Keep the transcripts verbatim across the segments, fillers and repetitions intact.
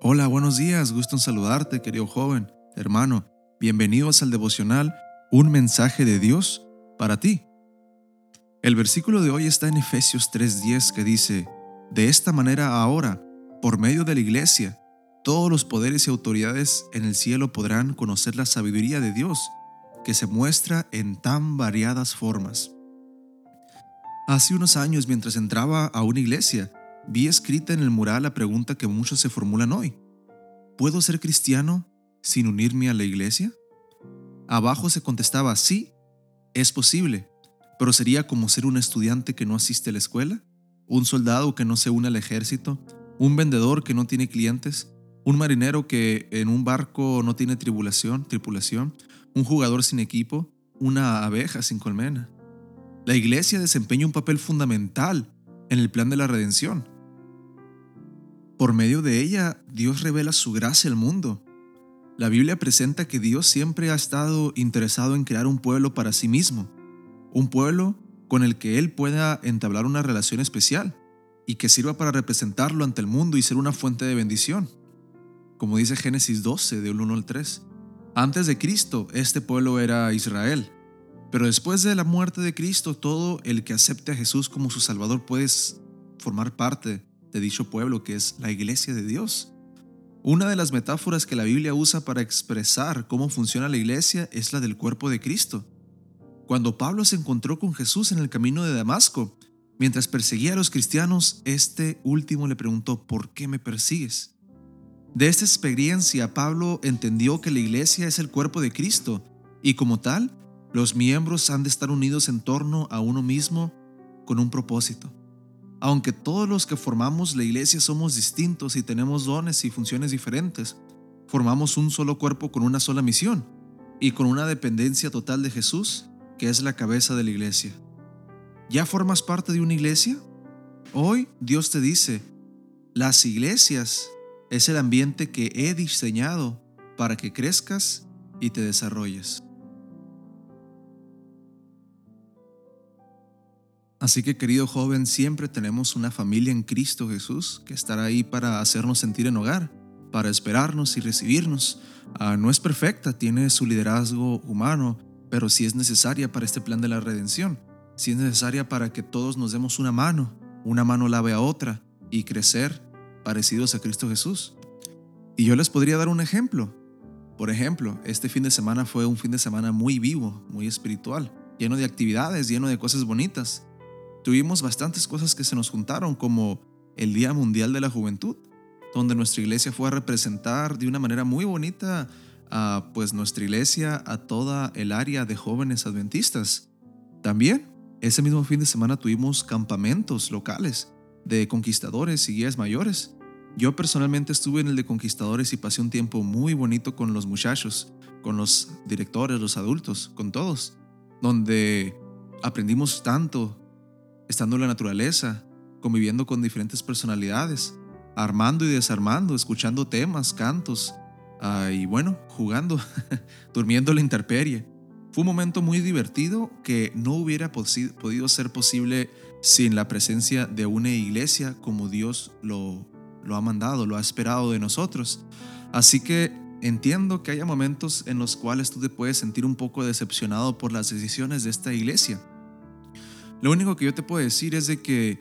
Hola, buenos días, gusto en saludarte, querido joven, hermano. Bienvenidos al devocional Un mensaje de Dios para ti. El versículo de hoy está en Efesios tres diez que dice: De esta manera ahora, por medio de la iglesia, todos los poderes y autoridades en el cielo podrán conocer la sabiduría de Dios, que se muestra en tan variadas formas. Hace unos años, mientras entraba a una iglesia, vi escrita en el mural la pregunta que muchos se formulan hoy: ¿puedo ser cristiano sin unirme a la iglesia? Abajo se contestaba: sí, es posible, pero sería como ser un estudiante que no asiste a la escuela, un soldado que no se une al ejército, un vendedor que no tiene clientes, un marinero que en un barco no tiene tribulación, tripulación, un jugador sin equipo, una abeja sin colmena. La iglesia desempeña un papel fundamental en el plan de la redención. Por medio de ella, Dios revela su gracia al mundo. La Biblia presenta que Dios siempre ha estado interesado en crear un pueblo para sí mismo, un pueblo con el que Él pueda entablar una relación especial y que sirva para representarlo ante el mundo y ser una fuente de bendición. Como dice Génesis doce, del uno al tres. Antes de Cristo, este pueblo era Israel, pero después de la muerte de Cristo, todo el que acepte a Jesús como su Salvador puede formar parte de dicho pueblo, que es la iglesia de Dios. Una de las metáforas que la Biblia usa para expresar cómo funciona la iglesia es la del cuerpo de Cristo. Cuando Pablo se encontró con Jesús en el camino de Damasco, mientras perseguía a los cristianos, este último le preguntó: ¿por qué me persigues? De esta experiencia, Pablo entendió que la iglesia es el cuerpo de Cristo y, como tal, los miembros han de estar unidos en torno a uno mismo con un propósito. Aunque todos los que formamos la iglesia somos distintos y tenemos dones y funciones diferentes, formamos un solo cuerpo con una sola misión y con una dependencia total de Jesús, que es la cabeza de la iglesia. ¿Ya formas parte de una iglesia? Hoy Dios te dice: las iglesias es el ambiente que he diseñado para que crezcas y te desarrolles. Así que, querido joven, siempre tenemos una familia en Cristo Jesús que estará ahí para hacernos sentir en hogar, para esperarnos y recibirnos. Uh, no es perfecta, tiene su liderazgo humano, pero sí es necesaria para este plan de la redención. Sí es necesaria para que todos nos demos una mano, una mano lave a otra y crecer parecidos a Cristo Jesús. Y yo les podría dar un ejemplo. Por ejemplo, este fin de semana fue un fin de semana muy vivo, muy espiritual, lleno de actividades, lleno de cosas bonitas. Tuvimos bastantes cosas que se nos juntaron, como el Día Mundial de la Juventud, donde nuestra iglesia fue a representar de una manera muy bonita a pues nuestra iglesia a toda el área de jóvenes adventistas. También ese mismo fin de semana tuvimos campamentos locales de conquistadores y guías mayores. Yo personalmente estuve en el de conquistadores y pasé un tiempo muy bonito con los muchachos, con los directores, los adultos, con todos, donde aprendimos tanto estando en la naturaleza, conviviendo con diferentes personalidades, armando y desarmando, escuchando temas, cantos, uh, y bueno, jugando, durmiendo en la intemperie. Fue un momento muy divertido que no hubiera posi- podido ser posible sin la presencia de una iglesia como Dios lo, lo ha mandado, lo ha esperado de nosotros. Así que entiendo que haya momentos en los cuales tú te puedes sentir un poco decepcionado por las decisiones de esta iglesia. Lo único que yo te puedo decir es de que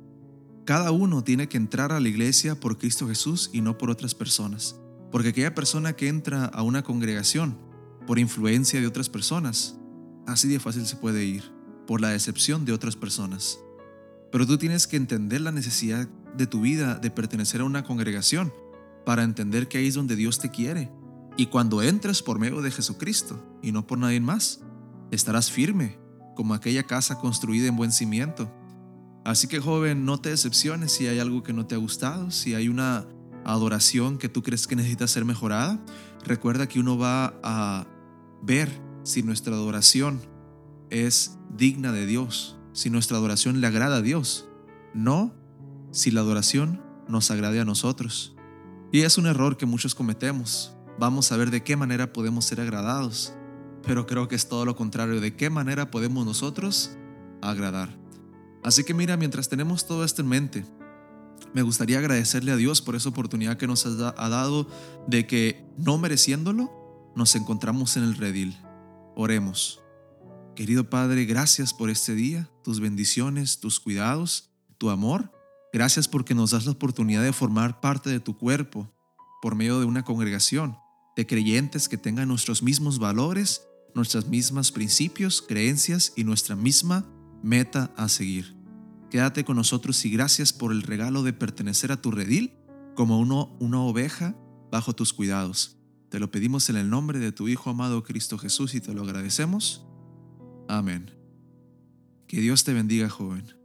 cada uno tiene que entrar a la iglesia por Cristo Jesús y no por otras personas. Porque aquella persona que entra a una congregación por influencia de otras personas, así de fácil se puede ir, por la decepción de otras personas. Pero tú tienes que entender la necesidad de tu vida de pertenecer a una congregación para entender que ahí es donde Dios te quiere. Y cuando entres por medio de Jesucristo y no por nadie más, estarás firme, como aquella casa construida en buen cimiento. Así que, joven, no te decepciones si hay algo que no te ha gustado, si hay una adoración que tú crees que necesita ser mejorada. Recuerda que uno va a ver si nuestra adoración es digna de Dios, si nuestra adoración le agrada a Dios, no si la adoración nos agrade a nosotros. Y es un error que muchos cometemos. Vamos a ver de qué manera podemos ser agradados. Pero creo que es todo lo contrario, de qué manera podemos nosotros agradar. Así que mira, mientras tenemos todo esto en mente, Me gustaría agradecerle a Dios por esa oportunidad que nos ha, da- ha dado de que, no mereciéndolo, nos encontramos en el redil. Oremos. Querido Padre, gracias por este día, tus bendiciones, tus cuidados, tu amor. Gracias porque nos das la oportunidad de formar parte de tu cuerpo por medio de una congregación de creyentes que tengan nuestros mismos valores, nuestros mismos principios, creencias y nuestra misma meta a seguir. Quédate con nosotros y gracias por el regalo de pertenecer a tu redil como uno, una oveja bajo tus cuidados. Te lo pedimos en el nombre de tu Hijo amado Cristo Jesús y te lo agradecemos. Amén. Que Dios te bendiga, joven.